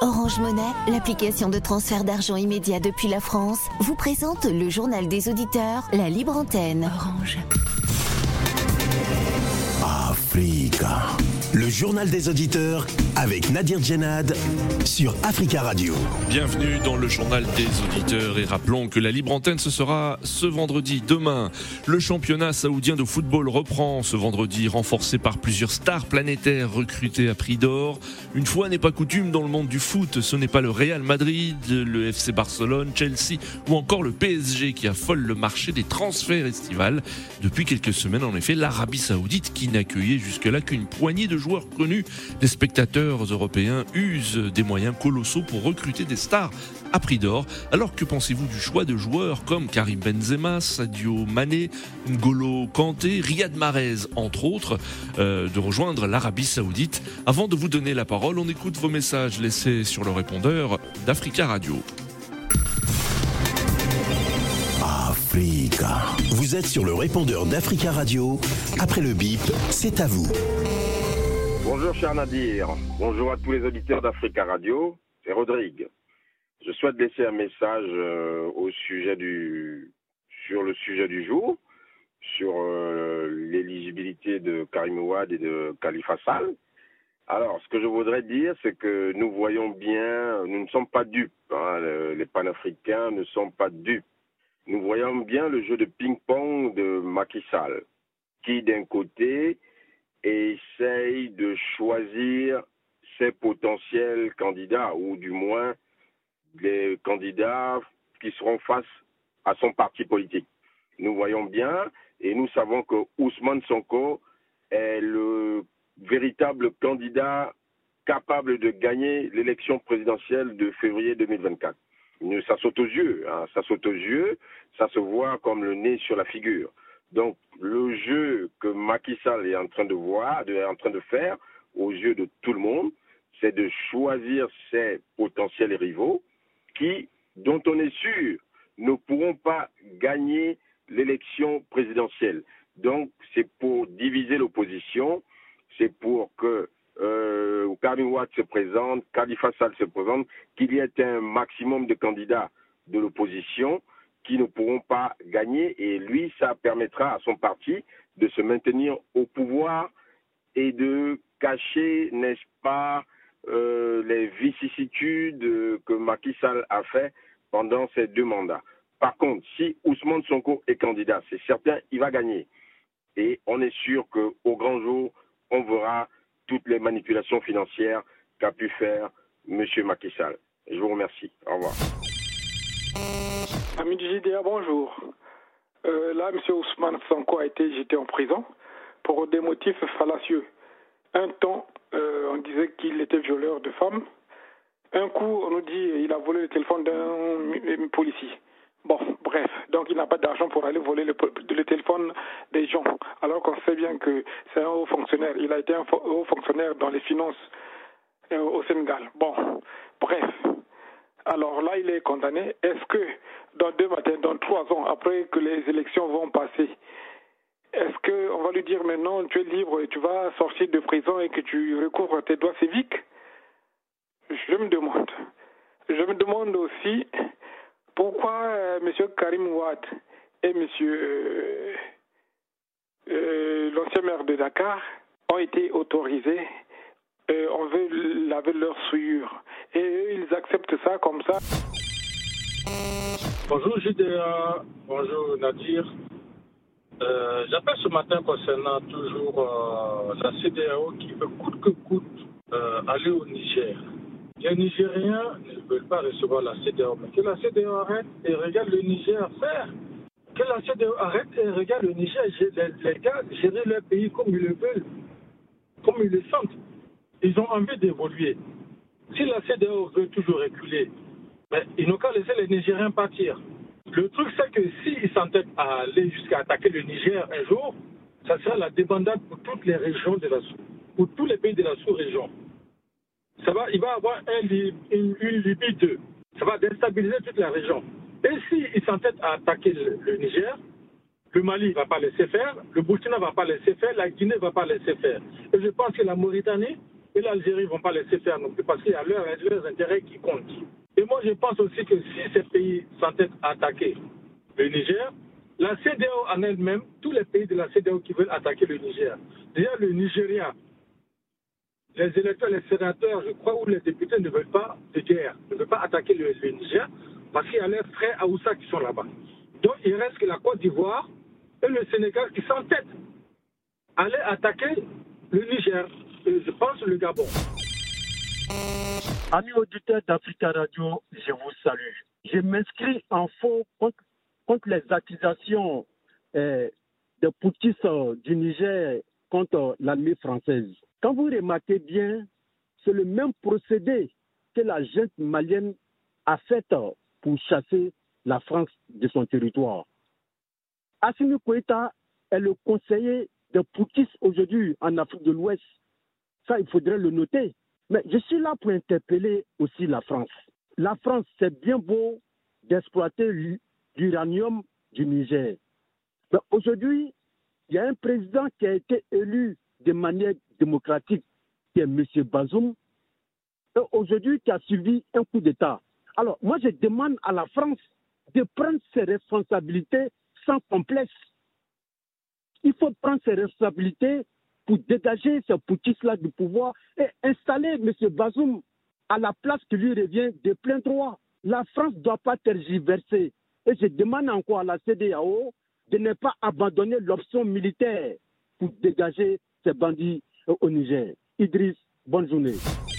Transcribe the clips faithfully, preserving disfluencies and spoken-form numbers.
Orange Money, l'application de transfert d'argent immédiat depuis la France, vous présente le journal des auditeurs, la libre antenne. Orange. Africa. Le journal des auditeurs avec Nadir Djenad sur Africa Radio. Bienvenue dans le journal des auditeurs et rappelons que la libre antenne ce sera ce vendredi. Demain, le championnat saoudien de football reprend ce vendredi, renforcé par plusieurs stars planétaires recrutées à prix d'or. Une fois n'est pas coutume dans le monde du foot, ce n'est pas le Real Madrid, le F C Barcelone, Chelsea ou encore le P S G qui affole le marché des transferts estivales. Depuis quelques semaines en effet, l'Arabie Saoudite qui n'accueillait jusque-là qu'une poignée de joueurs connus, les spectateurs européens usent des moyens colossaux pour recruter des stars à prix d'or. Alors que pensez-vous du choix de joueurs comme Karim Benzema, Sadio Mané, N'Golo Kanté, Riyad Mahrez entre autres, euh, de rejoindre l'Arabie Saoudite? Avant de vous donner la parole, on écoute vos messages laissés sur le répondeur d'Africa Radio. Africa. Vous êtes sur le répondeur d'Africa Radio. Après le bip, c'est à vous. Bonjour cher Nadir, bonjour à tous les auditeurs d'Africa Radio, c'est Rodrigue. Je souhaite laisser un message euh, au sujet du, sur le sujet du jour, sur euh, l'éligibilité de Karim Ouad et de Khalifa Sall. Alors, ce que je voudrais dire, c'est que nous voyons bien, nous ne sommes pas dupes, hein, les panafricains ne sont pas dupes. Nous voyons bien le jeu de ping-pong de Macky Sall, qui d'un côté essaye de choisir ses potentiels candidats, ou du moins les candidats qui seront face à son parti politique. Nous voyons bien, et nous savons que Ousmane Sonko est le véritable candidat capable de gagner l'élection présidentielle de février deux mille vingt-quatre. Ça saute aux yeux, hein, ça saute aux yeux, ça se voit comme le nez sur la figure. Donc, le jeu que Macky Sall est en train de voir, de, en train de faire, aux yeux de tout le monde, c'est de choisir ses potentiels rivaux qui, dont on est sûr, ne pourront pas gagner l'élection présidentielle. Donc, c'est pour diviser l'opposition, c'est pour que euh, Karim Ouad se présente, Khalifa Sall se présente, qu'il y ait un maximum de candidats de l'opposition qui ne pourront pas gagner, et lui, ça permettra à son parti de se maintenir au pouvoir et de cacher, n'est-ce pas, euh, les vicissitudes que Macky Sall a fait pendant ses deux mandats. Par contre, si Ousmane Sonko est candidat, c'est certain, il va gagner. Et on est sûr qu'au grand jour, on verra toutes les manipulations financières qu'a pu faire M. Macky Sall. Je vous remercie. Au revoir. Ami du J D A, bonjour. Euh, là, M. Ousmane Sonko a été jeté en prison pour des motifs fallacieux. Un temps, euh, on disait qu'il était violeur de femmes. Un coup, on nous dit qu'il a volé le téléphone d'un policier. Bon, bref, donc il n'a pas d'argent pour aller voler le, le téléphone des gens, alors qu'on sait bien que c'est un haut fonctionnaire. Il a été un haut fonctionnaire dans les finances euh, au Sénégal. Bon, bref. Alors là, il est condamné. Est-ce que dans deux matins, dans trois ans, après que les élections vont passer, est-ce qu'on va lui dire maintenant, tu es libre et tu vas sortir de prison et que tu recouvres tes droits civiques? Je me demande. Je me demande aussi pourquoi euh, M. Karim Ouad et M. Euh, euh, l'ancien maire de Dakar ont été autorisés. Euh, on veut laver leur souillure. Et eux, ils acceptent ça comme ça. Bonjour J D A, bonjour Nadir. Euh, j'appelle ce matin concernant toujours euh, la C D A O qui veut coûte que coûte euh, aller au Niger. Les Nigériens ne veulent pas recevoir la C D A O, mais que la C D A O arrête et regarde le Niger faire. Que la C D A O arrête et regarde le Niger, les, les gars, gérer leur pays comme ils le veulent, comme ils le sentent. Ils ont envie d'évoluer. Si la C D A O veut toujours reculer, ben, ils n'ont qu'à laisser les Nigériens partir. Le truc, c'est que s'ils s'entêtent à aller jusqu'à attaquer le Niger un jour, ça sera la débandade pour toutes les régions de la sous, pour tous les pays de la sous-région. Ça va, il va y avoir un, une, une Libye deux. Ça va déstabiliser toute la région. Et s'ils s'entêtent à attaquer le, le Niger, le Mali ne va pas laisser faire, le Burkina ne va pas laisser faire, la Guinée ne va pas laisser faire. Et je pense que la Mauritanie Et l'Algérie ne vont pas laisser faire non plus parce qu'il y a leurs, leurs intérêts qui comptent. Et moi, je pense aussi que si ces pays s'entêtent à attaquer le Niger, la C D A O en elle-même, tous les pays de la C D A O qui veulent attaquer le Niger, déjà le Nigeria, les électeurs, les sénateurs, je crois, ou les députés ne veulent pas de guerre, ne veulent pas attaquer le, le Niger parce qu'il y a leurs frères Aoussa qui sont là-bas. Donc il reste que la Côte d'Ivoire et le Sénégal qui s'entêtent à aller attaquer le Niger, et je pense le Gabon. Amis auditeurs d'Africa Radio, je vous salue. Je m'inscris en faux contre, contre les accusations euh, de putschistes euh, du Niger contre euh, l'armée française. Quand vous remarquez bien, c'est le même procédé que la junte malienne a fait euh, pour chasser la France de son territoire. Assimi Goïta est le conseiller de putschistes aujourd'hui en Afrique de l'Ouest. Ça, il faudrait le noter. Mais je suis là pour interpeller aussi la France. La France, c'est bien beau d'exploiter l'uranium du Niger. Mais aujourd'hui, il y a un président qui a été élu de manière démocratique, qui est M. Bazoum, et aujourd'hui qui a suivi un coup d'État. Alors, moi, je demande à la France de prendre ses responsabilités sans complexe. Il faut prendre ses responsabilités pour dégager ce putschistes-là du pouvoir et installer M. Bazoum à la place qui lui revient de plein droit. La France ne doit pas tergiverser. Et je demande encore à la C D A O de ne pas abandonner l'option militaire pour dégager ces bandits au Niger. Idriss, bonne journée.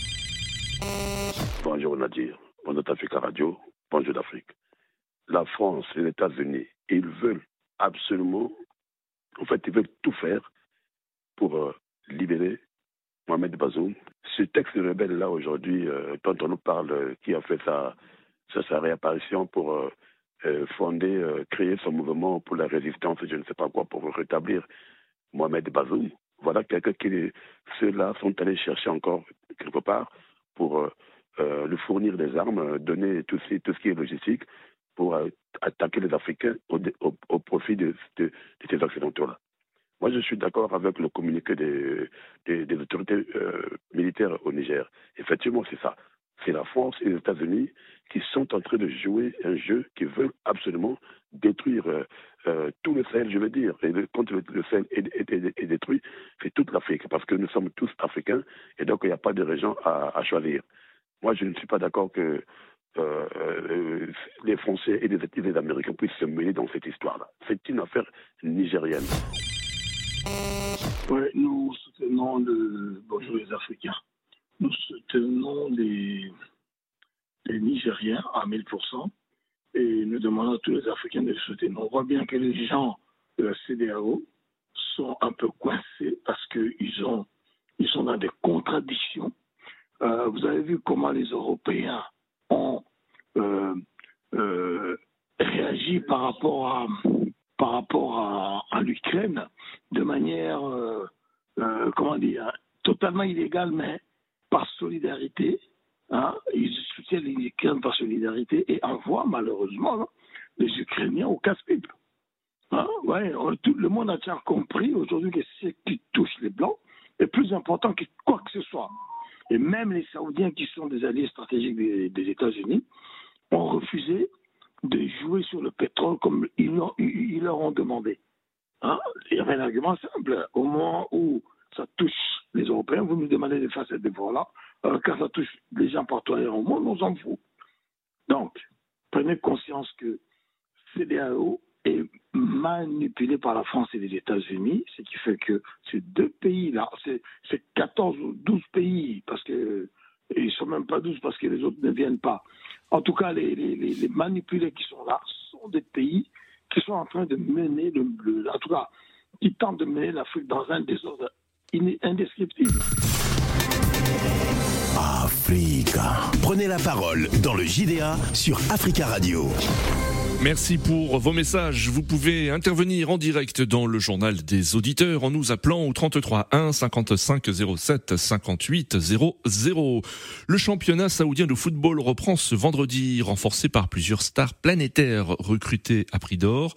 Bonjour Nadir, bonjour Africa Radio, bonjour d'Afrique. La France et les États-Unis, ils veulent absolument, en fait, ils veulent tout faire pour euh, libérer Mohamed Bazoum. Ce texte rebelle-là aujourd'hui, euh, dont on nous parle, euh, qui a fait sa, sa, sa réapparition pour euh, euh, fonder, euh, créer son mouvement pour la résistance, je ne sais pas quoi, pour rétablir Mohamed Bazoum. Voilà quelqu'un qui, ceux-là sont allés chercher encore quelque part pour euh, euh, lui fournir des armes, donner tout ce, tout ce qui est logistique pour euh, attaquer les Africains au, au, au profit de, de, de ces Occidentaux-là. Moi, je suis d'accord avec le communiqué des, des, des autorités euh, militaires au Niger. Effectivement, c'est ça. C'est la France et les États-Unis qui sont en train de jouer un jeu qui veut absolument détruire euh, euh, tout le Sahel, je veux dire. Et le, quand le, le Sahel est, est, est, est détruit, c'est toute l'Afrique, parce que nous sommes tous africains, et donc il n'y a pas de région à, à choisir. Moi, je ne suis pas d'accord que euh, euh, les Français et les, les Américains puissent se mêler dans cette histoire-là. C'est une affaire nigérienne. Oui, nous soutenons le... Bonjour les Africains. Nous soutenons les, les Nigériens à mille pour cent et nous demandons à tous les Africains de le soutenir. On voit bien que les gens de la C D A O sont un peu coincés parce qu'ils ont, ils sont dans des contradictions. Euh, vous avez vu comment les Européens ont euh, euh, réagi par rapport à, par rapport à, à l'Ukraine de manière, euh, euh, comment dire, totalement illégale, mais par solidarité. Hein, ils soutiennent les Ukrainiens par solidarité et envoient malheureusement hein, les Ukrainiens au casse-pipe. Hein, ouais, tout le monde a déjà compris aujourd'hui que ce qui touche les Blancs est plus important que quoi que ce soit. Et même les Saoudiens qui sont des alliés stratégiques des, des États-Unis ont refusé de jouer sur le pétrole comme ils, ils leur ont demandé. Hein, il y avait un argument simple. Au moment où ça touche les Européens, vous nous demandez de faire cet effort-là. Alors, quand ça touche les gens partout ailleurs au monde, on s'en fout. Donc, prenez conscience que C D A O est manipulé par la France et les États-Unis, ce qui fait que ces deux pays-là, c'est, c'est quatorze ou douze pays, parce que ils ne sont même pas douze parce que les autres ne viennent pas. En tout cas, les, les, les manipulés qui sont là sont des pays qui sont en train de mener, le, le, en tout cas, qui tentent de mener l'Afrique dans un désordre indescriptible. Africa. Prenez la parole dans le J D A sur Africa Radio. Merci pour vos messages. Vous pouvez intervenir en direct dans le journal des auditeurs en nous appelant au trente-trois un cinquante-cinq zéro sept cinquante-huit zéro zéro. Le championnat saoudien de football reprend ce vendredi, renforcé par plusieurs stars planétaires recrutées à prix d'or.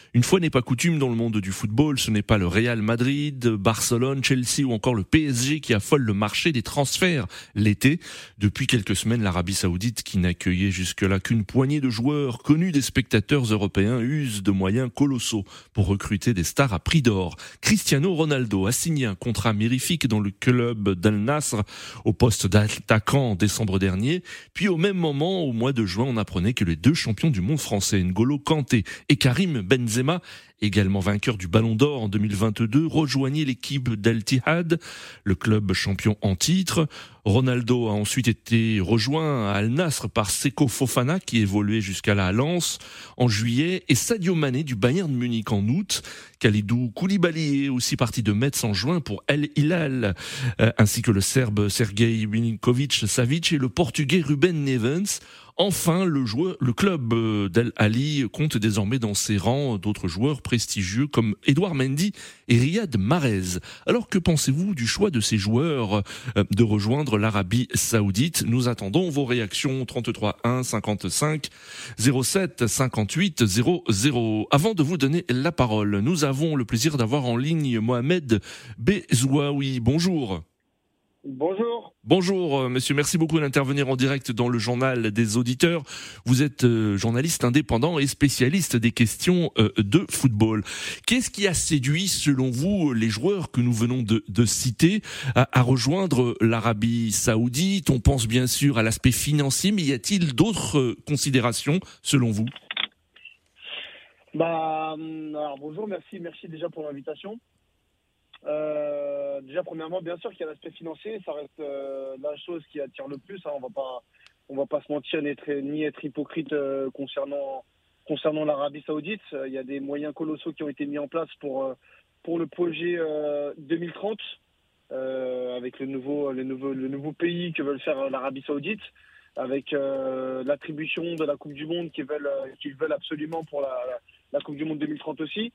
Une fois n'est pas coutume dans le monde du football, ce n'est pas le Real Madrid, Barcelone, Chelsea ou encore le P S G qui affole le marché des transferts l'été. Depuis quelques semaines, l'Arabie Saoudite, qui n'accueillait jusque-là qu'une poignée de joueurs connus des spectateurs européens, use de moyens colossaux pour recruter des stars à prix d'or. Cristiano Ronaldo a signé un contrat mirifique dans le club d'Al Nassr au poste d'attaquant en décembre dernier. Puis au même moment, au mois de juin, on apprenait que les deux champions du monde français, N'Golo Kanté et Karim Benzema, également vainqueur du Ballon d'Or en deux mille vingt-deux, rejoignait l'équipe d'Al-Ittihad, le club champion en titre. Ronaldo a ensuite été rejoint à Al-Nassr par Seko Fofana, qui évoluait jusqu'à la Lens en juillet, et Sadio Mané du Bayern de Munich en août. Kalidou Koulibaly est aussi parti de Metz en juin pour El Hilal, euh, ainsi que le Serbe Sergej Milinković-Savić et le Portugais Ruben Neves. Enfin, le, joueur, le club d'Al Ahly compte désormais dans ses rangs d'autres joueurs prestigieux comme Edouard Mendy et Riyad Mahrez. Alors que pensez-vous du choix de ces joueurs de rejoindre l'Arabie Saoudite ? Nous attendons vos réactions trente-trois un cinquante-cinq zéro sept cinquante-huit zéro zéro. Avant de vous donner la parole, nous avons le plaisir d'avoir en ligne Mohamed Bezouaoui. Bonjour. Bonjour. Bonjour monsieur, merci beaucoup d'intervenir en direct dans le journal des auditeurs. Vous êtes euh, journaliste indépendant et spécialiste des questions euh, de football. Qu'est-ce qui a séduit selon vous les joueurs que nous venons de, de citer à, à rejoindre l'Arabie Saoudite ? On pense bien sûr à l'aspect financier, mais y a-t-il d'autres euh, considérations selon vous ? Bah, alors bonjour, merci, merci déjà pour l'invitation. Euh, déjà premièrement, bien sûr qu'il y a l'aspect financier, ça reste euh, la chose qui attire le plus. Hein, on va pas, on va pas se mentir ni être, ni être hypocrite euh, concernant concernant l'Arabie Saoudite. Euh, il y a des moyens colossaux qui ont été mis en place pour euh, pour le projet euh, deux mille trente euh, avec le nouveau le nouveau le nouveau pays que veulent faire l'Arabie Saoudite, avec euh, l'attribution de la Coupe du Monde qu'ils veulent qu'ils veulent absolument pour la la Coupe du Monde deux mille trente aussi.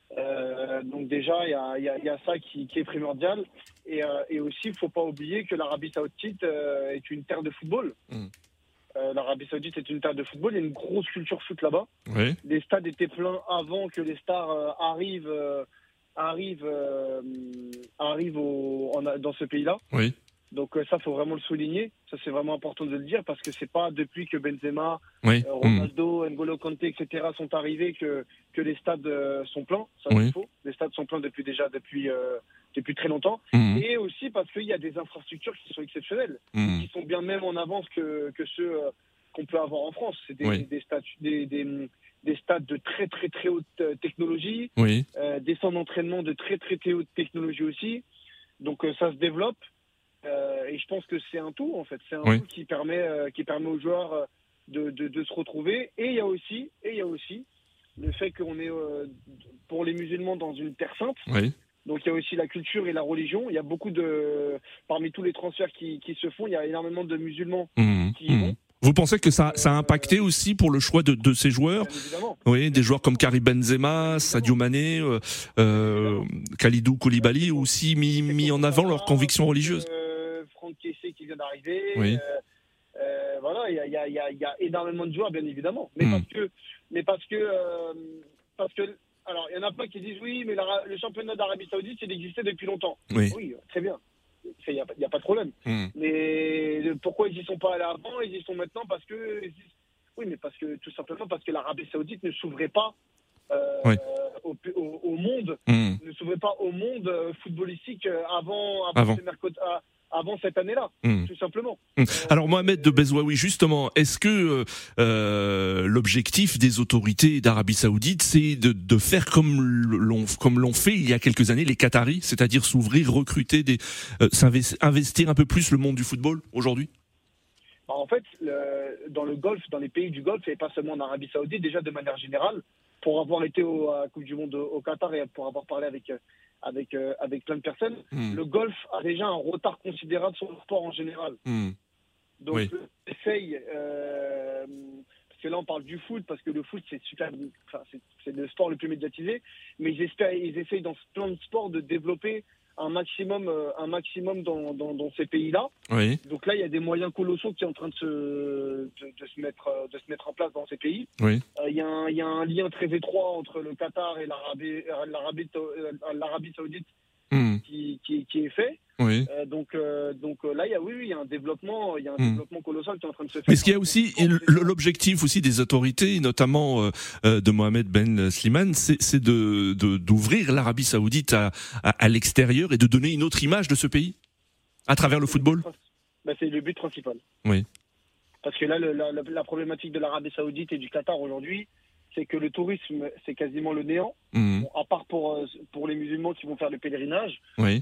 Euh, donc déjà, il y a, y, a, y a ça qui, qui est primordial. Et, euh, et aussi, il ne faut pas oublier que l'Arabie Saoudite euh, est une terre de football. Mmh. Euh, L'Arabie Saoudite est une terre de football. Il y a une grosse culture foot là-bas. Oui. Les stades étaient pleins avant que les stars euh, arrivent, euh, arrivent, euh, arrivent au, en, dans ce pays-là. Oui. Donc ça, faut vraiment le souligner. Ça, c'est vraiment important de le dire parce que c'est pas depuis que Benzema, oui. euh, Ronaldo, mmh. N'Golo Kanté, et cetera sont arrivés que que les stades euh, sont pleins. Ça, oui. c'est faux. Les stades sont pleins depuis déjà depuis euh, depuis très longtemps. Mmh. Et aussi parce qu'il y a des infrastructures qui sont exceptionnelles, mmh. qui sont bien même en avance que que ceux euh, qu'on peut avoir en France. C'est des oui. des, stades, des, des des stades de très très très haute technologie, oui. euh, des centres d'entraînement de très très très haute technologie aussi. Donc euh, ça se développe. Euh, et je pense que c'est un tout en fait, c'est un oui. tout qui permet euh, qui permet aux joueurs euh, de, de de se retrouver. Et il y a aussi et il y a aussi le fait qu'on est euh, pour les musulmans dans une terre sainte. Oui. Donc il y a aussi la culture et la religion. Il y a beaucoup de parmi tous les transferts qui qui se font, il y a énormément de musulmans mmh. qui y mmh. vont. Vous pensez que ça, ça a impacté aussi pour le choix de, de ces joueurs ? Oui, des joueurs comme Karim Benzema, Sadio Mané, euh, euh, Kalidou Koulibaly, ont aussi mis, mis en avant leurs convictions religieuses. Euh, Franck Kessé qui vient d'arriver. Oui. Euh, euh, voilà, il y a, y, a, y, a, y a énormément de joueurs, bien évidemment. Mais mmh. parce que, mais parce que, euh, parce que, alors il y en a pas qui disent oui, mais la, le championnat d'Arabie Saoudite, il existait depuis longtemps. Oui, oui très bien. Il n'y a, a pas de problème. Mmh. Mais pourquoi ils n'y sont pas allés avant ? Ils y sont maintenant parce que... Oui, mais parce que tout simplement parce que l'Arabie Saoudite ne s'ouvrait pas euh, oui. au, au, au monde, mmh. ne s'ouvrait pas au monde footballistique avant, avant, avant. Ce mercato, avant cette année-là, mmh. tout simplement. Mmh. Alors Mohamed de Bezouaoui, justement, est-ce que euh, l'objectif des autorités d'Arabie Saoudite, c'est de, de faire comme l'ont, comme l'ont fait il y a quelques années les Qataris, c'est-à-dire s'ouvrir, recruter, des, euh, investir un peu plus le monde du football aujourd'hui ? En fait, le, dans le Golfe, dans les pays du Golfe, et pas seulement en Arabie Saoudite, déjà de manière générale, pour avoir été au, à la Coupe du Monde au, au Qatar et pour avoir parlé avec... avec euh, avec plein de personnes, mmh. le golf a déjà un retard considérable sur le sport en général. Mmh. Donc, oui. essaye, euh, parce que là on parle du foot, parce que le foot c'est super, enfin, c'est, c'est le sport le plus médiatisé, mais ils, espèrent, ils essayent dans plein de sports de développer un maximum, euh, un maximum dans, dans, dans ces pays-là. Oui. Donc là, il y a des moyens colossaux qui sont en train de se, de, de se, mettre, de se mettre en place dans ces pays. Oui. Euh, il, y a un, il y a un lien très étroit entre le Qatar et l'Arabie, l'Arabie, l'Arabie Saoudite mmh. qui, qui, qui est fait. Oui. Euh, donc, euh, donc euh, là, il y a, oui, oui, il y a un développement, il y a un mmh. développement colossal qui est en train de se faire. Mais est-ce qu'il y a aussi l'objectif aussi des autorités, notamment euh, de Mohamed Ben Slimane, c'est, c'est de, de d'ouvrir l'Arabie Saoudite à, à, à l'extérieur et de donner une autre image de ce pays à travers le football. Bah, c'est le but principal. Oui. Parce que là, le, la, la problématique de l'Arabie Saoudite et du Qatar aujourd'hui, c'est que le tourisme, c'est quasiment le néant, mmh. bon, à part pour pour les musulmans qui vont faire le pèlerinage. Oui.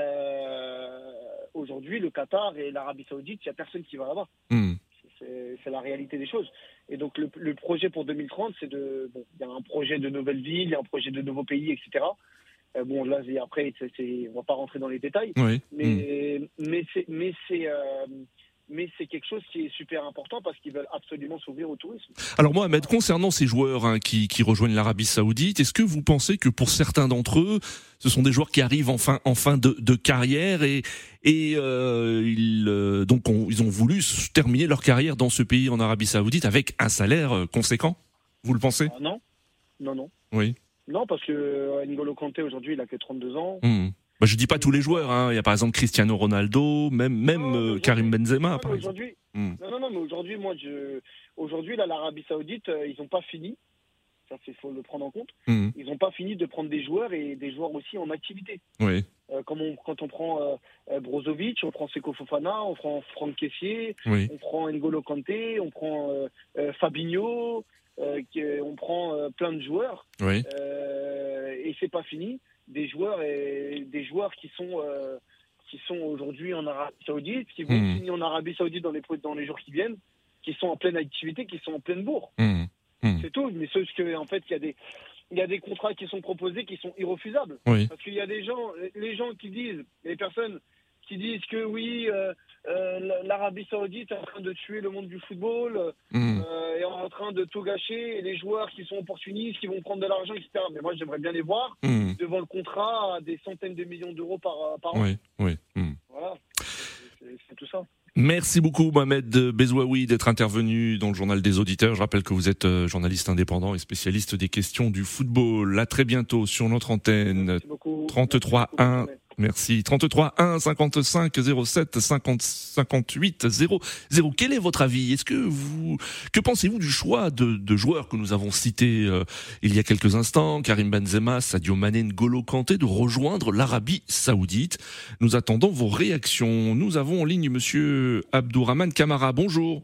Euh, aujourd'hui, le Qatar et l'Arabie Saoudite, il n'y a personne qui va là-bas. Mmh. C'est, c'est la réalité des choses. Et donc, le, le projet pour deux mille trente, c'est de... Bon, il y a un projet de nouvelles villes, il y a un projet de nouveaux pays, et cetera. Euh, bon, là, après, c'est, c'est, on ne va pas rentrer dans les détails. Oui. Mais, mmh. mais c'est... Mais c'est euh, mais c'est quelque chose qui est super important parce qu'ils veulent absolument s'ouvrir au tourisme. Alors Mohamed, concernant ces joueurs hein, qui, qui rejoignent l'Arabie Saoudite, est-ce que vous pensez que pour certains d'entre eux, ce sont des joueurs qui arrivent en fin, en fin de, de carrière et, et euh, ils, euh, donc on, ils ont voulu terminer leur carrière dans ce pays en Arabie Saoudite avec un salaire conséquent? Vous le pensez? ah, Non, non, non. Oui. Non, parce que N'Golo Kanté aujourd'hui, il a que trente-deux ans. Mmh. Bah, je dis pas tous les joueurs, hein. Il y a par exemple Cristiano Ronaldo, même même non, euh, Karim Benzema, non, par exemple. Mmh. Non, non, non, mais aujourd'hui, moi, je, aujourd'hui, là, l'Arabie Saoudite, euh, ils n'ont pas fini. Ça, il faut le prendre en compte. Mmh. Ils n'ont pas fini de prendre des joueurs et des joueurs aussi en activité. Oui. Euh, comme on, quand on prend euh, Brozovic, on prend Seko Fofana, on prend Franck Kessié, oui. on prend N'Golo Kanté, on prend euh, euh, Fabinho, euh, qui, on prend euh, plein de joueurs. Oui. Euh, et c'est pas fini. Des joueurs et des joueurs qui sont euh, qui sont aujourd'hui en Arabie Saoudite, qui vont mmh. finir en Arabie Saoudite dans les dans les jours qui viennent, qui sont en pleine activité, qui sont en pleine bourre. Mmh. Mmh. C'est tout. Mais sauf que en fait, il y a des il y a des contrats qui sont proposés qui sont irrefusables. Oui. Parce qu'il y a des gens, les gens qui disent, les personnes qui disent que oui, euh, euh, l'Arabie Saoudite est en train de tuer le monde du football, mmh. euh, est en train de tout gâcher, et les joueurs qui sont opportunistes, qui vont prendre de l'argent, et cetera. Mais moi, j'aimerais bien les voir mmh. devant le contrat à des centaines de millions d'euros par, par an. Oui, oui. Mmh. Voilà, c'est, c'est, c'est tout ça. Merci beaucoup Mohamed Bezouaoui d'être intervenu dans le journal des auditeurs. Je rappelle que vous êtes journaliste indépendant et spécialiste des questions du football. À très bientôt sur notre antenne. Merci beaucoup. trente-trois un Merci. trente-trois un cinquante-cinq zéro sept cinquante cinquante-huit zéro zéro. Quel est votre avis? Est-ce que vous, que pensez-vous du choix de, de joueurs que nous avons cités euh, il y a quelques instants, Karim Benzema, Sadio Mané, N'Golo Kanté, de rejoindre l'Arabie Saoudite? Nous attendons vos réactions. Nous avons en ligne monsieur Abdourahmane Kamara. Bonjour.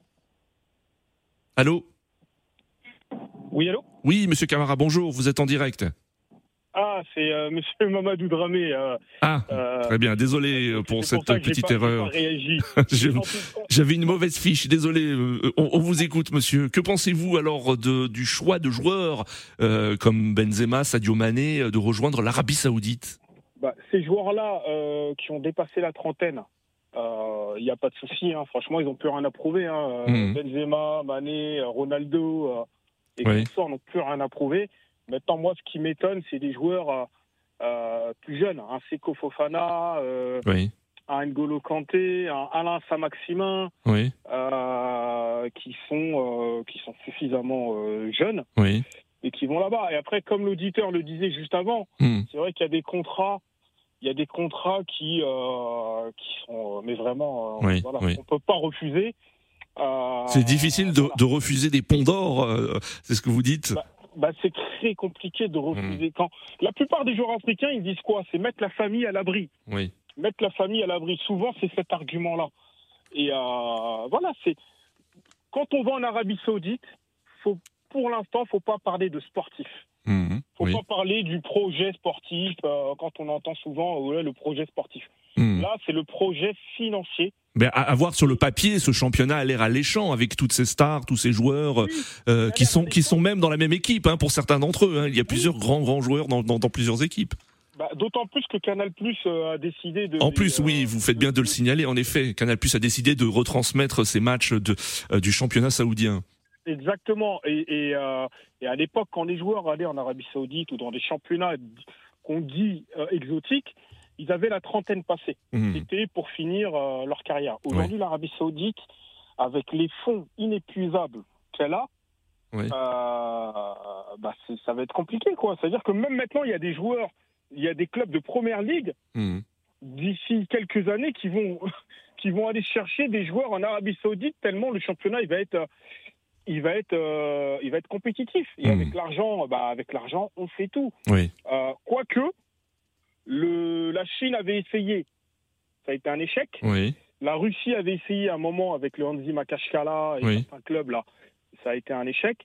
Allô? Oui, allô? Oui, monsieur Kamara, bonjour. Vous êtes en direct. Ah, c'est euh, monsieur Mamadou Dramé. Euh, ah, euh, très bien. Désolé euh, pour cette pour petite pas, erreur. Je, j'avais une mauvaise fiche. Désolé. On, on vous écoute, monsieur. Que pensez-vous alors de, du choix de joueurs euh, comme Benzema, Sadio Mané, de rejoindre l'Arabie Saoudite? Bah, ces joueurs-là euh, qui ont dépassé la trentaine, il euh, n'y a pas de souci. Hein. Franchement, ils n'ont plus rien à prouver. Hein. Mmh. Benzema, Mané, Ronaldo euh, et oui. tout ça n'ont plus rien à prouver. Maintenant, moi, ce qui m'étonne, c'est des joueurs euh, euh, plus jeunes. Un Seko Fofana, euh, oui. un N'Golo Kanté, un Alain Saint-Maximin, oui. euh, qui, sont, euh, qui sont suffisamment euh, jeunes oui. et qui vont là-bas. Et après, comme l'auditeur le disait juste avant, mm. c'est vrai qu'il y a des contrats, il y a des contrats qui, euh, qui sont, mais vraiment, euh, oui. voilà, oui. on ne peut pas refuser. Euh, c'est difficile de, voilà. de refuser des ponts d'or, euh, c'est ce que vous dites. Bah, Bah, c'est très compliqué de refuser. Mmh. Quand la plupart des joueurs africains, ils disent quoi? C'est mettre la famille à l'abri. Oui. Mettre la famille à l'abri. Souvent, c'est cet argument-là. Et euh, voilà, c'est quand on va en Arabie Saoudite, faut, pour l'instant, faut pas parler de sportif. Mmh. Faut oui. pas parler du projet sportif euh, quand on entend souvent ouais, le projet sportif. Mmh. Là, c'est le projet financier. Ben, à, à voir sur le papier, ce championnat a l'air alléchant avec toutes ces stars, tous ces joueurs oui, euh, qui sont qui sont même dans la même équipe hein, pour certains d'entre eux. Hein. Il y a plusieurs oui. grands grands joueurs dans, dans, dans plusieurs équipes. Bah, d'autant plus que Canal+ euh, a décidé de. En plus, euh, oui, vous faites bien de le signaler. En effet, Canal+ a décidé de retransmettre ces matchs de euh, du championnat saoudien. Exactement. Et, et, euh, et à l'époque, quand les joueurs allaient en Arabie Saoudite ou dans des championnats qu'on dit euh, exotiques, ils avaient la trentaine passée. Mmh. C'était pour finir euh, leur carrière. Aujourd'hui, ouais. l'Arabie Saoudite, avec les fonds inépuisables qu'elle a, ouais. euh, bah ça va être compliqué, quoi. C'est-à-dire que même maintenant, il y a des joueurs, il y a des clubs de première ligue, mmh. d'ici quelques années, qui vont, qui vont aller chercher des joueurs en Arabie Saoudite, tellement le championnat, il va être... Il va être, euh, il va être compétitif. Et mmh. avec l'argent, bah, avec l'argent, on fait tout. Oui. Euh, quoique, le, la Chine avait essayé, ça a été un échec. Oui. La Russie avait essayé à un moment avec le Hanzi Makashkala et oui. certains clubs là, ça a été un échec.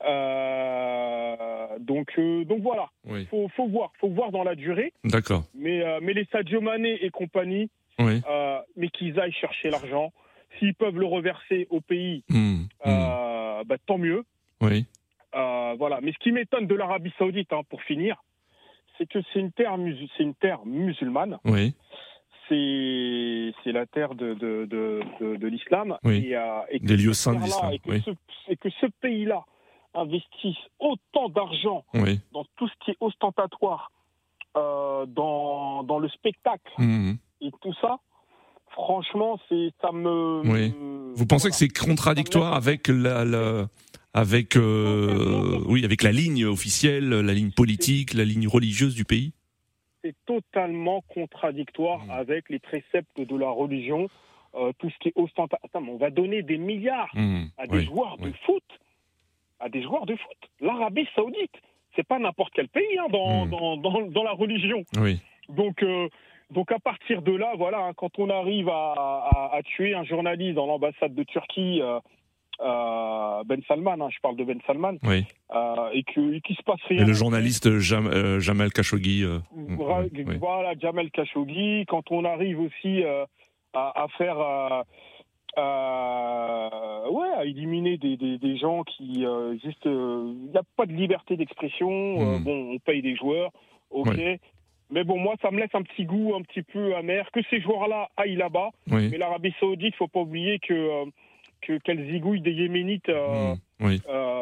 Euh, donc, euh, donc voilà. Oui. Faut, faut voir, faut voir dans la durée. D'accord. Mais, euh, mais les Sadio Mané et compagnie, oui. euh, mais qu'ils aillent chercher l'argent. S'ils peuvent le reverser au pays, mmh. euh, bah, tant mieux. Oui. Euh, voilà. Mais ce qui m'étonne de l'Arabie Saoudite, hein, pour finir, c'est que c'est une terre, musul- c'est une terre musulmane. Oui. C'est, c'est la terre de, de, de, de, de l'islam. Oui. Et, euh, et des lieux saints de l'islam. Et que, oui. ce, et que ce pays-là investisse autant d'argent oui. dans tout ce qui est ostentatoire, euh, dans, dans le spectacle mmh. et tout ça. Franchement, c'est, ça me... Oui. Vous pensez voilà. que c'est contradictoire avec la, la avec euh, oui, avec la ligne officielle, la ligne politique, la ligne religieuse du pays ? C'est totalement contradictoire mmh. avec les préceptes de la religion, euh, tout ce qui est ostentatoire. On va donner des milliards mmh. à des oui. joueurs oui. de foot, à des joueurs de foot. L'Arabie Saoudite, c'est pas n'importe quel pays hein, dans, mmh. dans, dans dans la religion. Oui. Donc euh, Donc à partir de là, voilà, hein, quand on arrive à, à, à tuer un journaliste dans l'ambassade de Turquie, euh, euh, Ben Salman, hein, je parle de Ben Salman, oui. euh, et qu'il qui se passe rien. Et le journaliste Jam, euh, Jamal Khashoggi. Euh, voilà, oui. voilà, Jamal Khashoggi. Quand on arrive aussi euh, à, à faire, euh, euh, ouais, à éliminer des, des, des gens qui euh, juste, il euh, n'y a pas de liberté d'expression. Mmh. Euh, bon, on paye des joueurs, ok. Oui. Mais bon, moi, ça me laisse un petit goût un petit peu amer que ces joueurs-là aillent là-bas. Oui. Mais l'Arabie Saoudite, il ne faut pas oublier que, euh, que, qu'elle zigouille des Yéménites euh, mmh. oui.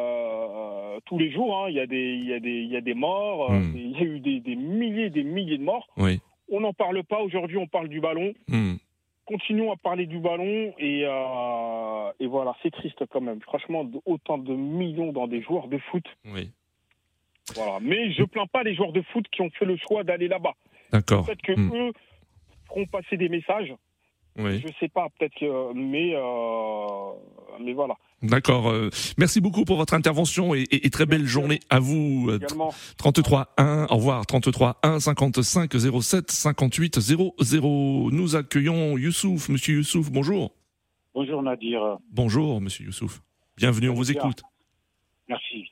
euh, tous les jours. Hein. Il y a des, il y a des, il y a des morts. Mmh. Il y a eu des, des milliers des milliers de morts. Oui. On n'en parle pas. Aujourd'hui, on parle du ballon. Mmh. Continuons à parler du ballon. Et, euh, et voilà, c'est triste quand même. Franchement, autant de millions dans des joueurs de foot. Oui. Voilà. Mais je ne plains pas les joueurs de foot qui ont fait le choix d'aller là-bas. D'accord. Peut-être qu'eux mmh. feront passer des messages. Oui. Je ne sais pas, peut-être que... Mais, euh, mais voilà. D'accord. Euh, merci beaucoup pour votre intervention et, et, et très belle journée à vous. Également. trente-trois un, au revoir. trente-trois un, cinquante-cinq, zéro sept, cinquante-huit, zéro zéro. Nous accueillons Youssouf. Monsieur Youssouf, bonjour. Bonjour Nadir. Bonjour, monsieur Youssouf. Bienvenue, on vous écoute. Merci.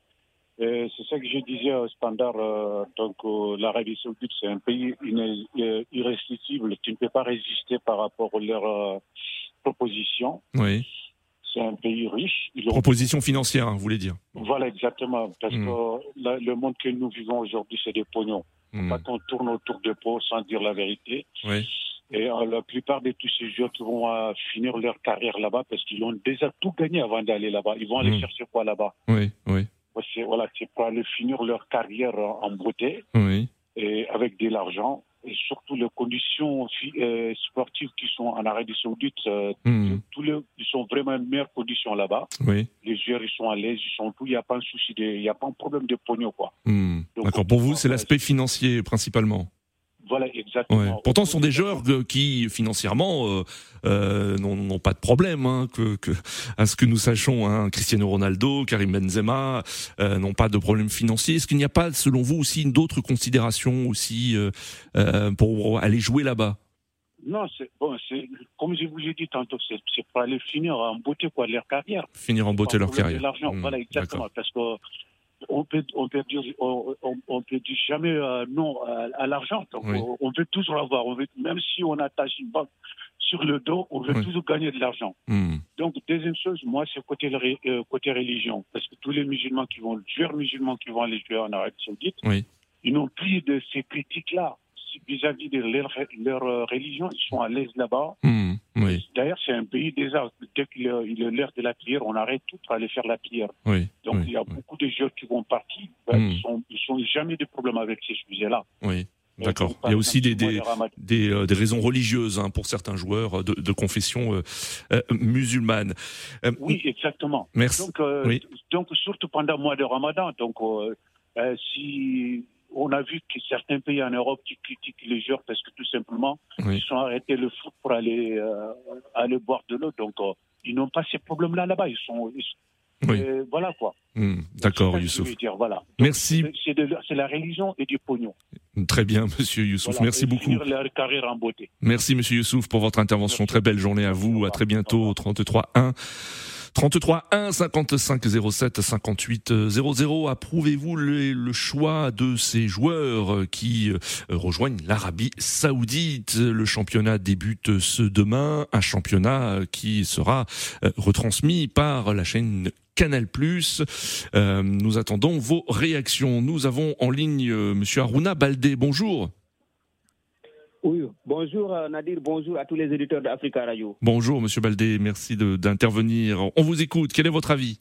Euh, c'est ça que je disais au standard. Euh, donc, euh, l'Arabie Saoudite, c'est un pays in- irrésistible. Tu ne peux pas résister par rapport à leurs euh, propositions. Oui. C'est un pays riche. Ils ont... Proposition financière, hein, vous voulez dire. Voilà, exactement. Parce mmh. que la, le monde que nous vivons aujourd'hui, c'est des pognons. Mmh. Quand on tourne autour de pot sans dire la vérité. Oui. Et euh, la plupart de tous ces joueurs qui vont euh, finir leur carrière là-bas parce qu'ils ont déjà tout gagné avant d'aller là-bas. Ils vont aller mmh. chercher quoi là-bas? Oui, oui. C'est, voilà, c'est pour aller finir leur carrière en beauté, oui. et avec de l'argent, et surtout les conditions euh, sportives qui sont en Arabie Saoudite, euh, mmh. tous les, ils sont vraiment les meilleures conditions là-bas. Oui. Les joueurs, ils sont à l'aise, ils sont tout, il n'y a pas un souci, de, il n'y a pas un problème de pognon, quoi. Mmh. Donc, d'accord, pour vous, c'est l'aspect financier principalement. Voilà, exactement. Ouais. Pourtant, ce sont des joueurs qui, financièrement, euh, euh, n'ont, n'ont pas de problème, hein, que, que, à ce que nous sachions. Hein, Cristiano Ronaldo, Karim Benzema euh, n'ont pas de problème financier. Est-ce qu'il n'y a pas, selon vous, aussi d'autres considérations aussi euh, euh, pour aller jouer là-bas? Non, c'est bon. C'est comme je vous ai dit tantôt, c'est, c'est pour aller finir en beauté quoi leur carrière. Finir en beauté leur carrière. L'argent, mmh, voilà, exactement, d'accord. parce que. On peut, on peut dire, on, on, on peut dire jamais euh, non à, à l'argent. Donc, oui. on, on veut toujours l'avoir. On veut, même si on attache une banque sur le dos, on veut oui. toujours gagner de l'argent. Mmh. Donc, deuxième chose, moi, c'est côté, euh, côté religion. Parce que tous les musulmans qui vont, les joueurs musulmans qui vont aller jouer en Arabie Saoudite, oui. ils n'ont plus de ces critiques-là vis-à-vis de leur, leur euh, religion. Ils sont à l'aise là-bas. Mmh. Oui. D'ailleurs, c'est un pays déjà. Dès qu'il est l'heure de la prière, on arrête tout pour aller faire la prière. Oui. Donc, oui. il y a oui. beaucoup de joueurs qui vont partir. Ben, mmh. Ils sont, ils sont jamais de problème avec ces sujets-là. Oui. D'accord. Donc, il y a aussi des, des, des, euh, des raisons religieuses hein, pour certains joueurs de, de confession euh, euh, musulmane. Euh, oui, exactement. Merci. Donc, euh, oui. donc, surtout pendant le mois de Ramadan, donc, euh, euh, si on a vu que certains pays en Europe qui critiquent les joueurs parce que tout simplement, oui. ils sont arrêtés le foot pour aller, euh, aller boire de l'eau. Donc, euh, ils n'ont pas ces problèmes-là là-bas. Ils sont... Ils, Oui. Euh, voilà quoi. Mmh, d'accord, Youssouf. Dire, voilà. Donc, merci. C'est, de, c'est la religion et du pognon. Très bien, monsieur Youssouf. Voilà. Merci et beaucoup. Leur carrière en beauté. Merci, monsieur Youssouf, pour votre intervention. Merci. Très belle journée à vous. À très bientôt au trente-trois un. trente-trois un cinquante-cinq zéro sept cinquante-huit zéro zéro. Approuvez-vous le, le choix de ces joueurs qui euh, rejoignent l'Arabie Saoudite? Le championnat débute ce demain, un championnat qui sera euh, retransmis par la chaîne Canal plus. Euh, nous attendons vos réactions. Nous avons en ligne euh, monsieur Harouna Baldé. Bonjour. Oui, bonjour Nadir, bonjour à tous les éditeurs d'Africa Radio. Bonjour Monsieur Baldé, merci de, d'intervenir. On vous écoute, quel est votre avis?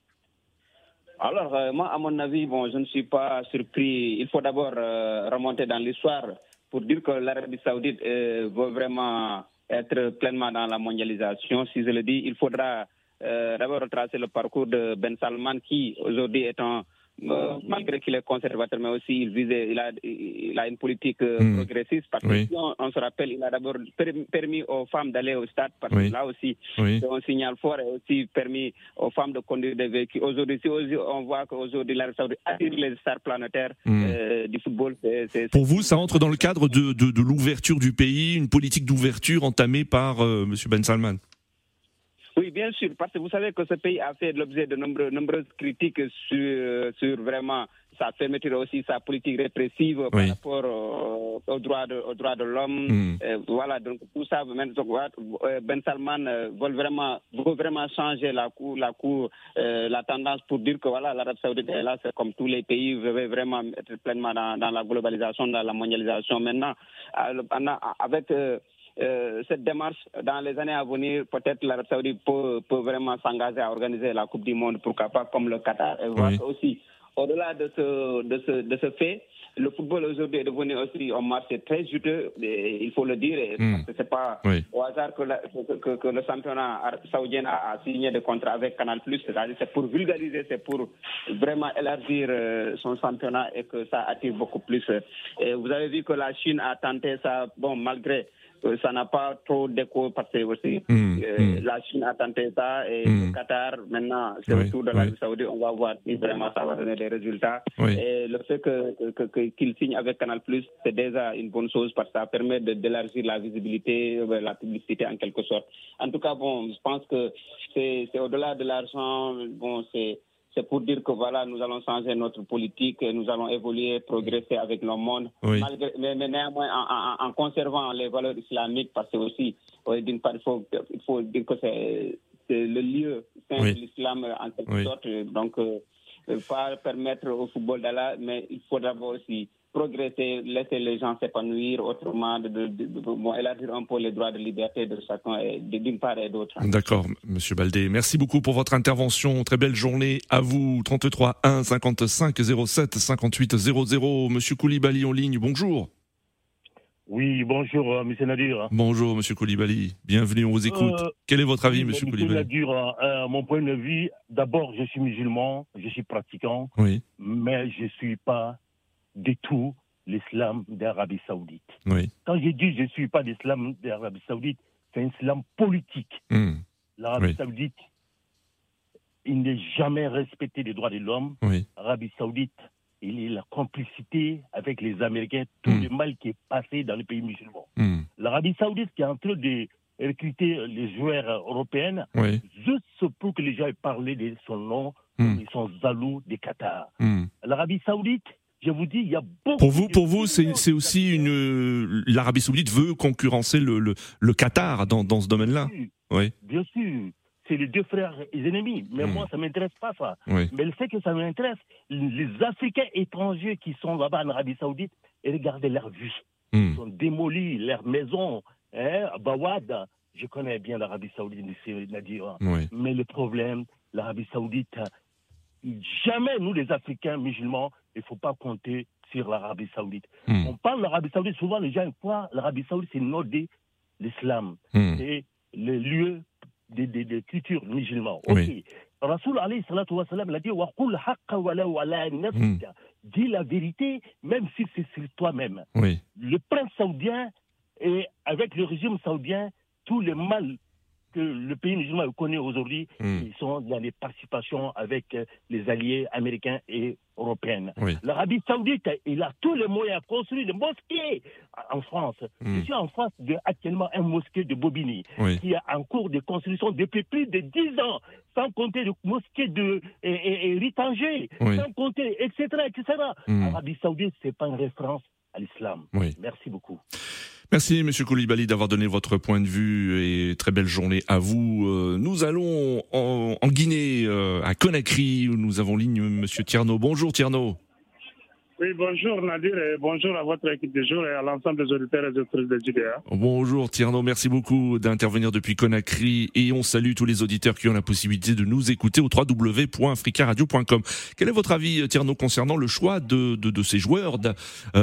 Alors, euh, moi, à mon avis, bon, je ne suis pas surpris. Il faut d'abord euh, remonter dans l'histoire pour dire que l'Arabie Saoudite euh, veut vraiment être pleinement dans la mondialisation. Si je le dis, il faudra euh, d'abord retracer le parcours de Ben Salman qui, aujourd'hui, est un Euh, malgré qu'il est conservateur, mais aussi il visait, il a, il a une politique euh, mmh. progressiste. Parce que oui. si on, on se rappelle, il a d'abord permis aux femmes d'aller au stade, parce oui. que là aussi, oui. c'est un signal fort, et aussi permis aux femmes de conduire des véhicules. Aujourd'hui, si on voit qu'aujourd'hui l'Arabie Saoudite attire les stars planétaires mmh. euh, du football. C'est, c'est, Pour vous, ça entre dans le cadre de, de, de l'ouverture du pays, une politique d'ouverture entamée par euh, M. Ben Salman? Oui, bien sûr, parce que vous savez que ce pays a fait l'objet de nombreux, nombreuses critiques sur, sur vraiment sa fermeture, aussi sa politique répressive oui. par rapport euh, aux droits de, aux droits de l'homme. Mm. Euh, voilà, donc tout ça, Ben Salman euh, veut vraiment, veut vraiment changer la cour, la cour, euh, la tendance pour dire que voilà, l'Arabie Saoudite est là, c'est comme tous les pays, veut vraiment être pleinement dans, dans la globalisation, dans la mondialisation. Maintenant, avec euh, Euh, cette démarche, dans les années à venir, peut-être l'Arabie Saoudite peut, peut vraiment s'engager à organiser la Coupe du Monde, pourquoi pas, comme le Qatar. Et voilà oui. aussi, au-delà de ce, de, ce, de ce fait, le football aujourd'hui est devenu aussi un marché très juteux, et il faut le dire, et mm. parce que c'est pas oui. au hasard que, la, que, que, que le championnat saoudien a, a signé des contrats avec Canal plus, c'est-à-dire c'est pour vulgariser, c'est pour vraiment élargir euh, son championnat et que ça attire beaucoup plus. Et vous avez vu que la Chine a tenté ça, bon, malgré ça n'a pas trop d'écho parce que aussi mmh, euh, mmh. la Chine a tenté ça et mmh. le Qatar maintenant c'est oui, autour de l'Arabie oui. Saoudite, on va voir si vraiment ça va donner des résultats oui. et le fait que, que, que qu'il signe avec Canal plus, c'est déjà une bonne chose parce que ça permet de, d'élargir la visibilité, la publicité en quelque sorte. En tout cas, bon, je pense que c'est, c'est au-delà de l'argent, bon, c'est C'est pour dire que voilà, nous allons changer notre politique, et nous allons évoluer, progresser avec le monde, oui. malgré, mais, mais néanmoins en, en, en conservant les valeurs islamiques, parce que aussi, oui, d'une part, il faut, il faut dire que c'est, c'est le lieu saint oui. de l'islam en quelque oui. sorte, donc euh, pas permettre au football d'aller, mais il faut d'abord aussi progresser, laisser les gens s'épanouir, autrement de, de, de, de bon, élargir un peu les droits de liberté de chacun, et de, d'une part et d'autre. D'accord, Monsieur Baldé. Merci beaucoup pour votre intervention. Très belle journée à vous. trente-trois un cinquante-cinq zéro sept cinquante-huit zéro zéro. Monsieur Koulibaly en ligne, bonjour. Oui, bonjour, euh, Monsieur Nadir. Bonjour, Monsieur Koulibaly. Bienvenue, on vous écoute. Euh, Quel est votre avis, oui, Monsieur Koulibaly? Nadir, euh, mon point de vue, d'abord, je suis musulman, je suis pratiquant, oui. mais je ne suis pas du tout l'islam d'Arabie Saoudite. Oui. Quand je dis je ne suis pas l'islam d'Arabie Saoudite, c'est un islam politique. Mmh. L'Arabie oui. Saoudite, il n'est jamais respecté les droits de l'homme. Oui. L'Arabie Saoudite, il est la complicité avec les Américains, tout mmh. le mal qui est passé dans les pays musulmans. Mmh. L'Arabie Saoudite qui est en train de recruter les joueurs européens, oui. juste pour que les gens aient parlé de son nom, mmh. ils sont jaloux des Qatar. Mmh. L'Arabie Saoudite, je vous dis, il y a beaucoup... Pour vous, pour vous c'est, c'est aussi une... L'Arabie Saoudite veut concurrencer le, le, le Qatar dans, dans ce domaine-là. Bien sûr. Oui. Bien sûr. C'est les deux frères ennemis. Mais mmh. moi, ça ne m'intéresse pas, ça. Oui. Mais le fait que ça m'intéresse, les Africains étrangers qui sont là-bas en Arabie Saoudite, et regardez leur vie. Mmh. Ils ont démoli leurs maisons. Hein, à Bawad, je connais bien l'Arabie Saoudite, Nadir. Oui. Mais le problème, l'Arabie Saoudite... Jamais, nous, les Africains musulmans, il ne faut pas compter sur l'Arabie Saoudite. Mm. On parle de l'Arabie Saoudite, souvent les gens croient que l'Arabie Saoudite, c'est le nord de l'islam. Mm. C'est le lieu de, de, de culture musulmane. Ok. Oui. Rasoul alayhi salatu wa salam l'a dit, wa qul haqqa wa la wa la nafsika. Dis la vérité, même si c'est sur toi-même. Oui. Le prince saoudien, et avec le régime saoudien, tous les mal que le pays musulman connaît aujourd'hui, mm. ils sont dans les participations avec les alliés américains et européens. Oui. L'Arabie Saoudite, il a tous les moyens, construire des mosquées en France. Mm. Je suis en face de actuellement un mosquée de Bobigny, oui. qui est en cours de construction depuis plus de dix ans, sans compter le mosquée de et, et, et Ritanger, oui. sans compter, et cetera, et cetera. Mm. L'Arabie Saoudite, c'est pas une référence à l'islam. Oui. Merci beaucoup. Merci Monsieur Koulibaly d'avoir donné votre point de vue et très belle journée à vous. Nous allons en, en Guinée, à Conakry, où nous avons ligne Monsieur Tierno. Bonjour Tierno. Oui, bonjour Nadir et bonjour à votre équipe de jour et à l'ensemble des auditeurs et des auditrices de J D A. Bonjour Tierno, merci beaucoup d'intervenir depuis Conakry et on salue tous les auditeurs qui ont la possibilité de nous écouter au w w w point africa radio point com. Quel est votre avis Tierno concernant le choix de, de, de ces joueurs de,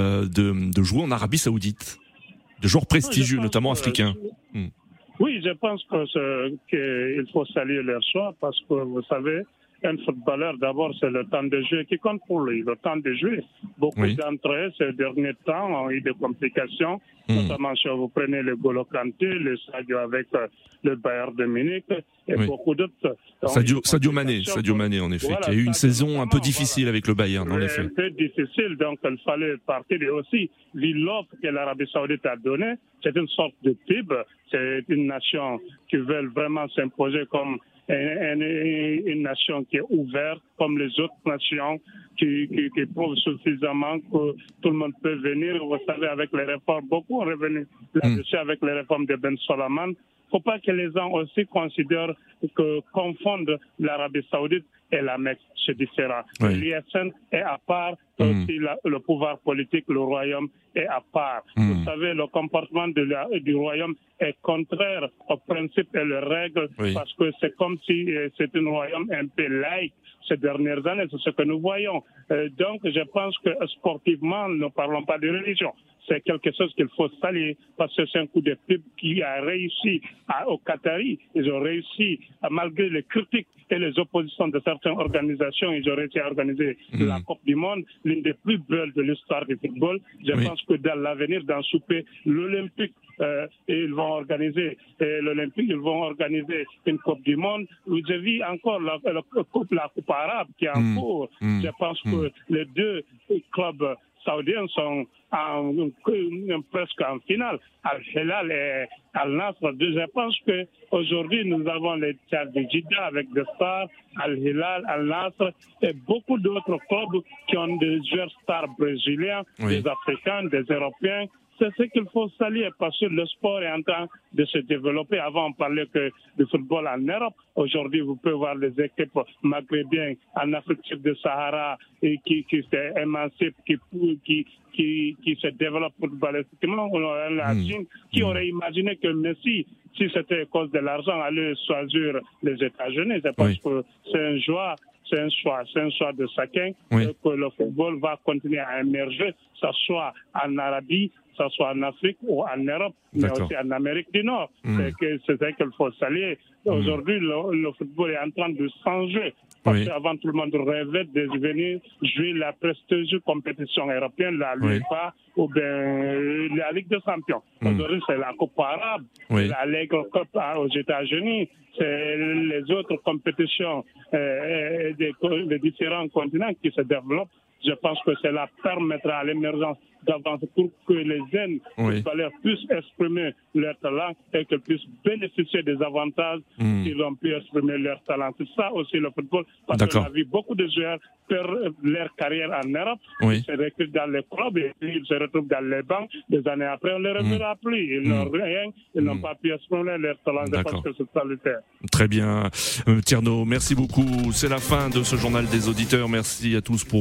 de, de jouer en Arabie Saoudite ? De joueurs prestigieux, notamment que, africains. Je, hmm. Oui, je pense que qu'il faut saluer leur choix parce que vous savez, un footballeur, d'abord, c'est le temps de jeu qui compte pour lui, le temps de jouer. Beaucoup oui. d'entre eux, ces derniers temps, ont eu des complications, mmh. notamment si vous prenez le Golo Kanté, le Sadio avec euh, le Bayern de Munich et oui. beaucoup d'autres. Sadio, Sadio Mané, Sadio Mané, en effet, voilà, qui a eu une Sadio saison un peu difficile voilà. avec le Bayern, en effet. Un peu difficile, donc il fallait partir. Et aussi, l'offre que l'Arabie Saoudite a donnée, c'est une sorte de P I B, c'est une nation qui veut vraiment s'imposer comme Une, une nation qui est ouverte comme les autres nations qui, qui, qui prouvent suffisamment que tout le monde peut venir. Vous savez, avec les réformes, beaucoup sont revenus là-dessus mmh. avec les réformes de Ben Salman. Il ne faut pas que les gens aussi considèrent que confondent l'Arabie Saoudite et la Mecque, c'est différent. Oui. L'I S N est à part, mmh. aussi la, le pouvoir politique, le royaume est à part. Mmh. Vous savez, le comportement de la, du royaume est contraire aux principes et aux règles oui. parce que c'est comme si euh, c'était un royaume un peu laïque ces dernières années, c'est ce que nous voyons. Euh, donc, je pense que sportivement, nous ne parlons pas de religion. C'est quelque chose qu'il faut saluer parce que c'est un coup de pub qui a réussi à, au Qatari. Ils ont réussi, à, malgré les critiques et les oppositions de certaines organisations, ils ont réussi à organiser mmh. la Coupe du Monde, l'une des plus belles de l'histoire du football. Je oui. pense que dans l'avenir, dans Soupé, l'Olympique, euh, ils vont organiser et l'Olympique, ils vont organiser une Coupe du Monde. Vous avez encore la, la, la, coupe, la Coupe arabe qui est en mmh. cours. Mmh. Je pense mmh. que les deux clubs saoudiens sont en, en, presque en finale. Al-Hilal et Al-Nasr. Je pense qu'aujourd'hui, nous avons les Tchad de Jeddah avec des stars, Al-Hilal, Al-Nasr et beaucoup d'autres clubs qui ont des joueurs stars brésiliens, oui. des Africains, des Européens. C'est ce qu'il faut saluer parce que le sport est en train de se développer. Avant, on parlait que du football en Europe. Aujourd'hui, vous pouvez voir les équipes maghrébiennes en Afrique subsaharienne et qui, qui s'émancipent, qui, qui, qui, qui se développent footballistiquement. La Chine, mmh. qui aurait imaginé que Messi, si c'était à cause de l'argent, allait choisir les États-Unis. C'est parce oui. que c'est un choix. C'est un choix, c'est un choix de chacun oui. que le football va continuer à émerger, que ce soit en Arabie, que ce soit en Afrique ou en Europe, mais aussi en Amérique du Nord. Mmh. C'est, que, c'est ça qu'il faut saluer. Mmh. Aujourd'hui, le, le football est en train de changer. Parce oui. qu'avant, tout le monde rêvait de venir jouer la prestigieuse compétition européenne, la UEFA oui. ou bien la Ligue des Champions. Mmh. Aujourd'hui, c'est la Coupe arabe, oui. la Ligue Cup aux États-Unis, c'est les autres compétitions euh, des, des différents continents qui se développent. Je pense que cela permettra à l'émergence d'avancer pour que les jeunes oui. puissent exprimer leur talent et qu'ils puissent bénéficier des avantages mmh. qu'ils ont pu exprimer leur talent. C'est ça aussi le football. Parce qu'on a vu beaucoup de joueurs perdre leur carrière en Europe, oui. ils se recrutent dans les clubs et puis ils se retrouvent dans les bancs. Des années après, on ne les reverra mmh. plus. Ils mmh. n'ont rien, ils mmh. n'ont pas pu exprimer leur talent. Je pense que c'est salutaire. Très bien. Euh, Tierno, merci beaucoup. C'est la fin de ce journal des auditeurs. Merci à tous pour vos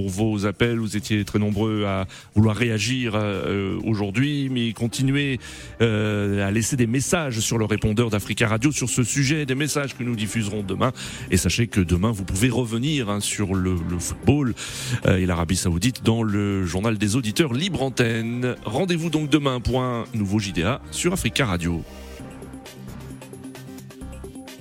vos appels. Vous étiez très nombreux à vouloir réagir euh, aujourd'hui, mais continuez euh, à laisser des messages sur le répondeur d'Africa Radio sur ce sujet, des messages que nous diffuserons demain. Et sachez que demain, vous pouvez revenir hein, sur le, le football euh, et l'Arabie Saoudite dans le journal des auditeurs Libre Antenne. Rendez-vous donc demain pour un nouveau J D A sur Africa Radio.